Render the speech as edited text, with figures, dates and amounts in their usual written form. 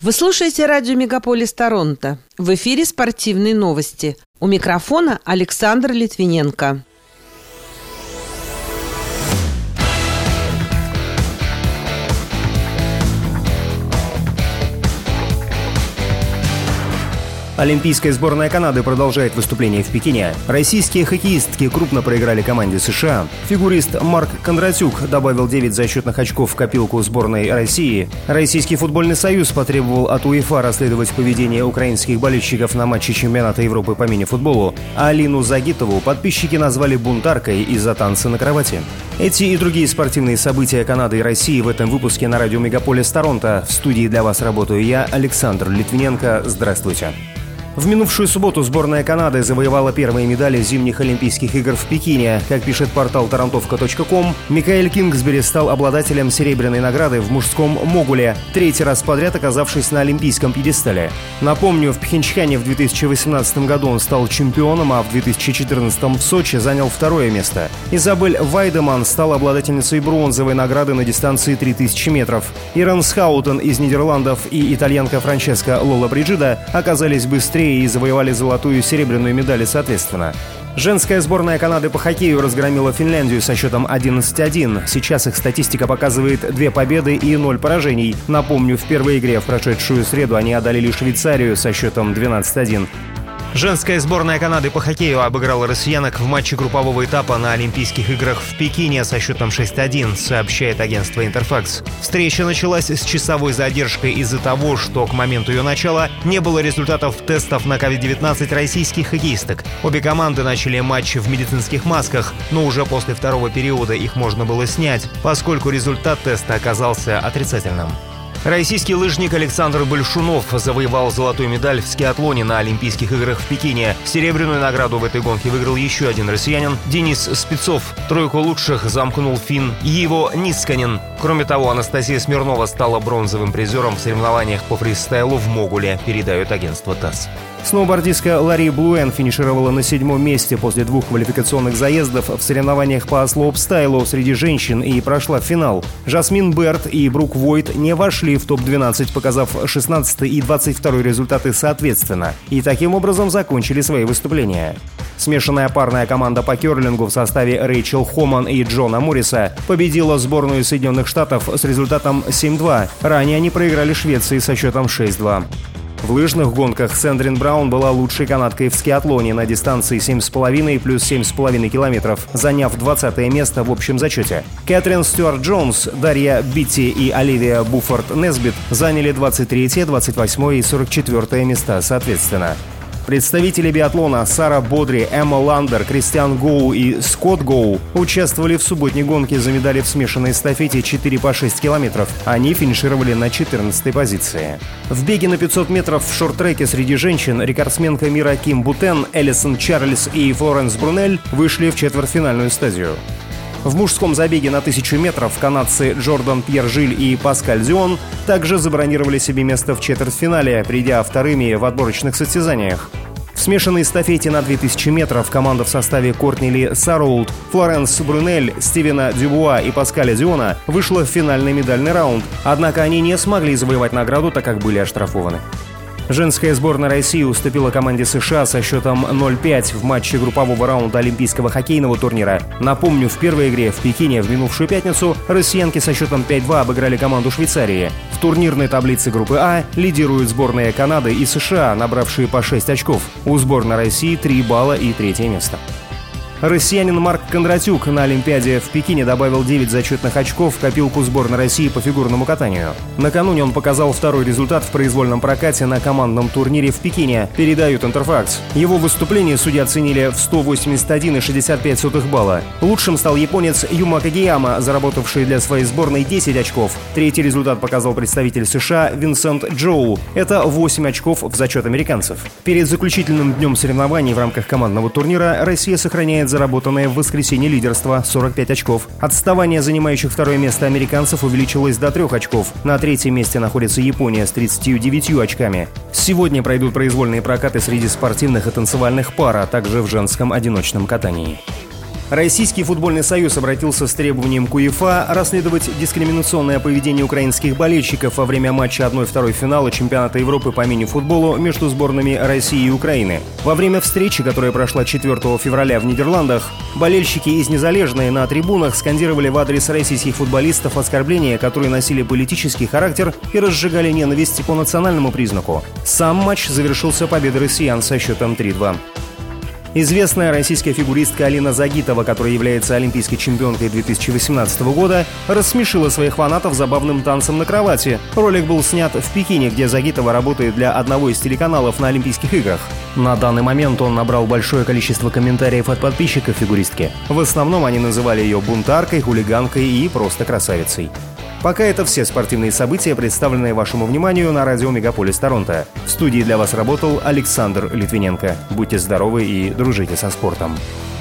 Вы слушаете радио «Мегаполис Торонто». В эфире спортивные новости. У микрофона Александр Литвиненко. Олимпийская сборная Канады продолжает выступление в Пекине. Российские хоккеистки крупно проиграли команде США. Фигурист Марк Кондратюк добавил 9 зачетных очков в копилку сборной России. Российский футбольный союз потребовал от УЕФА расследовать поведение украинских болельщиков на матче чемпионата Европы по мини-футболу. А Алину Загитову подписчики назвали бунтаркой из-за танца на кровати. Эти и другие спортивные события Канады и России в этом выпуске на радио «Мегаполис Торонто». В студии для вас работаю я, Александр Литвиненко. Здравствуйте. В минувшую субботу сборная Канады завоевала первые медали зимних Олимпийских игр в Пекине. Как пишет портал torontovka.com, Микаэль Кингсбери стал обладателем серебряной награды в мужском могуле, третий раз подряд оказавшись на олимпийском пьедестале. Напомню, в Пхенчхане в 2018 году он стал чемпионом, а в 2014 в Сочи занял второе место. Изабель Вайдеман стала обладательницей бронзовой награды на дистанции 3000 метров. Ирен Схаутен из Нидерландов и итальянка Франческа Лоллобриджида оказались быстрее и завоевали золотую и серебряную медали соответственно. Женская сборная Канады по хоккею разгромила Финляндию со счетом 11-1. Сейчас их статистика показывает 2 победы и 0 поражений. Напомню, в первой игре в прошедшую среду они одолели Швейцарию со счетом 12-1. Женская сборная Канады по хоккею обыграла россиянок в матче группового этапа на Олимпийских играх в Пекине со счетом 6-1, сообщает агентство Интерфакс. Встреча началась с часовой задержкой из-за того, что к моменту ее начала не было результатов тестов на COVID-19 российских хоккеисток. Обе команды начали матч в медицинских масках, но уже после второго периода их можно было снять, поскольку результат теста оказался отрицательным. Российский лыжник Александр Большунов завоевал золотую медаль в скиатлоне на Олимпийских играх в Пекине. Серебряную награду в этой гонке выиграл еще один россиянин – Денис Спецов. Тройку лучших замкнул финн Иво Нисканен. Кроме того, Анастасия Смирнова стала бронзовым призером в соревнованиях по фристайлу в могуле, передает агентство ТАСС. Сноубордистка Ларри Блуэн финишировала на 7-м месте после 2 квалификационных заездов в соревнованиях по слоупстайлу среди женщин и прошла в финал. Жасмин Берт и Брук Войт не вошли в топ-12, показав 16 и 22 результаты соответственно, и таким образом закончили свои выступления. Смешанная парная команда по керлингу в составе Рэйчел Хоман и Джона Морриса победила сборную Соединенных Штатов с результатом 7-2. Ранее они проиграли Швеции со счетом 6-2. В лыжных гонках Сэндрин Браун была лучшей канадкой в скиатлоне на дистанции 7,5 плюс 7,5 километров, заняв 20-е место в общем зачете. Кэтрин Стюарт Джонс, Дарья Битти и Оливия Буффорд Несбит заняли 23-е, 28-е и 44-е места соответственно. Представители биатлона Сара Бодри, Эмма Ландер, Кристиан Гоу и Скотт Гоу участвовали в субботней гонке за медали в смешанной эстафете 4 по 6 километров. Они финишировали на 14-й позиции. В беге на 500 метров в шорт-треке среди женщин рекордсменка мира Ким Бутен, Элисон Чарльз и Флоренс Брунель вышли в четвертьфинальную стадию. В мужском забеге на 1000 метров канадцы Джордан Пьер-Жиль и Паскаль Зион также забронировали себе место в четвертьфинале, придя вторыми в отборочных состязаниях. В смешанной эстафете на 2000 метров команда в составе Кортни Ли Сароулд, Флоренс Брунель, Стивена Дюбуа и Паскаля Зиона вышла в финальный медальный раунд, однако они не смогли завоевать награду, так как были оштрафованы. Женская сборная России уступила команде США со счетом 0-5 в матче группового раунда Олимпийского хоккейного турнира. Напомню, в первой игре в Пекине в минувшую пятницу россиянки со счетом 5-2 обыграли команду Швейцарии. В турнирной таблице группы А лидируют сборные Канады и США, набравшие по 6 очков. У сборной России 3 балла и 3-е место. Россиянин Марк Кондратюк на Олимпиаде в Пекине добавил 9 зачетных очков в копилку сборной России по фигурному катанию. Накануне он показал второй результат в произвольном прокате на командном турнире в Пекине, передают Интерфакс. Его выступление судьи оценили в 181,65 балла. Лучшим стал японец Юма Кагияма, заработавший для своей сборной 10 очков. Третий результат показал представитель США Винсент Джоу. Это 8 очков в зачет американцев. Перед заключительным днем соревнований в рамках командного турнира Россия сохраняет заработанное в воскресенье лидерство – 45 очков. Отставание занимающих второе место американцев увеличилось до 3 очков. На третьем месте находится Япония с 39 очками. Сегодня пройдут произвольные прокаты среди спортивных и танцевальных пар, а также в женском одиночном катании. Российский футбольный союз обратился с требованием к УЕФА расследовать дискриминационное поведение украинских болельщиков во время матча 1/2 финала чемпионата Европы по мини-футболу между сборными России и Украины. Во время встречи, которая прошла 4 февраля в Нидерландах, болельщики из Незалежной на трибунах скандировали в адрес российских футболистов оскорбления, которые носили политический характер и разжигали ненависть по национальному признаку. Сам матч завершился победой россиян со счетом 3-2. Известная российская фигуристка Алина Загитова, которая является олимпийской чемпионкой 2018 года, рассмешила своих фанатов забавным танцем на кровати. Ролик был снят в Пекине, где Загитова работает для одного из телеканалов на Олимпийских играх. На данный момент он набрал большое количество комментариев от подписчиков фигуристки. В основном они называли ее бунтаркой, хулиганкой и просто красавицей. Пока это все спортивные события, представленные вашему вниманию на радио «Мегаполис Торонто». В студии для вас работал Александр Литвиненко. Будьте здоровы и дружите со спортом.